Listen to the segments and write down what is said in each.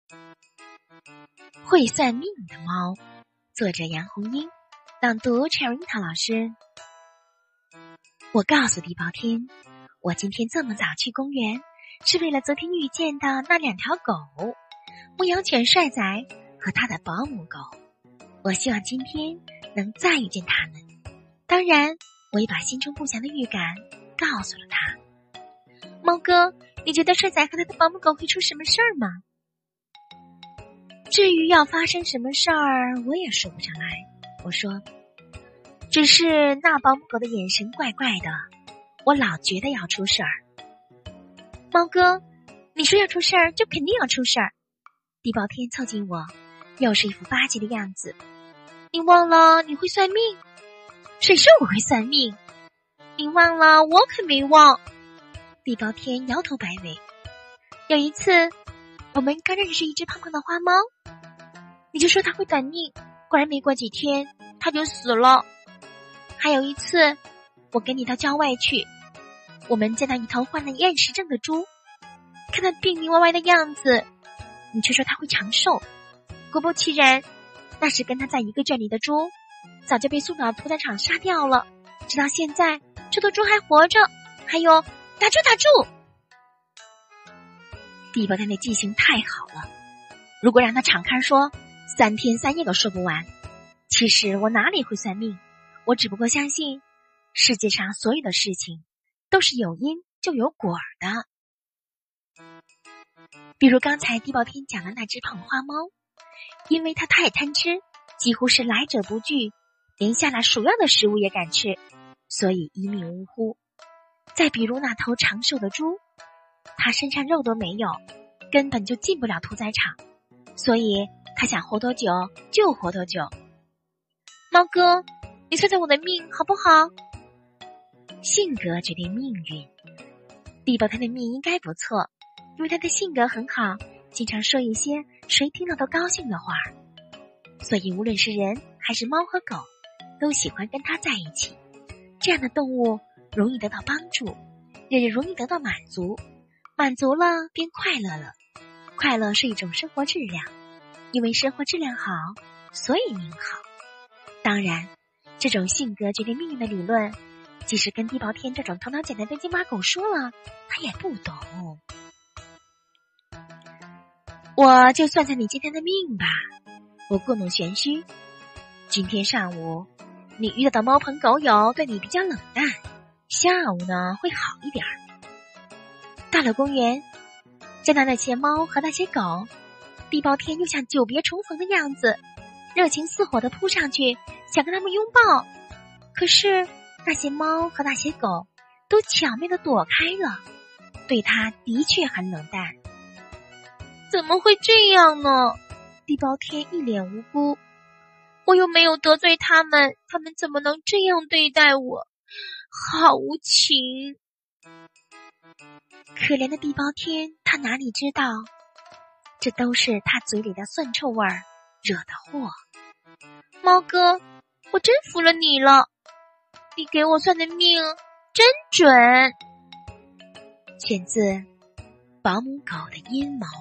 会算命的猫，作者杨红樱，朗读 Cherry 樱桃老师。我告诉地包天，我今天这么早去公园，是为了昨天遇见的那2条狗，牧羊犬帅仔和他的保姆狗。我希望今天能再遇见他们。当然，我也把心中不祥的预感告诉了他。猫哥，你觉得帅仔和他的保姆狗会出什么事儿吗？至于要发生什么事儿，我也说不上来。我说，只是那保姆狗的眼神怪怪的，我老觉得要出事儿。猫哥，你说要出事儿，就肯定要出事儿。地包天凑近我，又是一副巴结的样子。你忘了你会算命？谁说我会算命？你忘了，我可没忘。地包天摇头摆尾。有一次，我们刚认识一只胖胖的花猫，你就说它会短命，果然没过几天它就死了。还有一次，我跟你到郊外去，我们见到一头患了厌食症的猪，看它病病歪歪的样子，你却说它会长寿。果不其然，那时跟它在一个圈里的猪早就被送到屠宰场杀掉了，直到现在这头猪还活着。还有打住！地包天的记性太好了，如果让他敞开说，3天3夜都说不完。其实我哪里会算命，我只不过相信世界上所有的事情都是有因就有果的。比如刚才地包天讲的那只胖花猫，因为它太贪吃，几乎是来者不拒，连下了鼠药的食物也敢吃，所以一命呜呼。再比如那头长寿的猪，它身上肉都没有，根本就进不了屠宰场，所以它想活多久就活多久。猫哥，你算算我的命好不好？性格决定命运。地包天的命应该不错，因为他的性格很好，经常说一些谁听了都高兴的话，所以无论是人还是猫和狗都喜欢跟他在一起。这样的动物容易得到帮助，也容易得到满足，满足了便快乐了。快乐是一种生活质量，因为生活质量好，所以命好。当然，这种性格决定命运的理论，即使跟地包天这种头脑简单的金马狗说了，他也不懂。我就算算你今天的命吧，我故弄玄虚。今天上午你遇到的猫朋狗友对你比较冷淡，下午呢会好一点。到了公园，见到那些猫和那些狗，地包天又像久别重逢的样子，热情似火地扑上去，想跟他们拥抱。可是那些猫和那些狗都巧妙地躲开了，对他的确很冷淡。怎么会这样呢？地包天一脸无辜。我又没有得罪他们，他们怎么能这样对待我？好无情。可怜的地包天，他哪里知道，这都是他嘴里的蒜臭味儿惹的祸。猫哥，我真服了你了，你给我算的命真准。选自《保姆狗的阴谋》。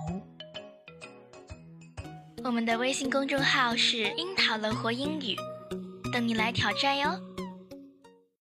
我们的微信公众号是樱桃乐活英语，等你来挑战哟。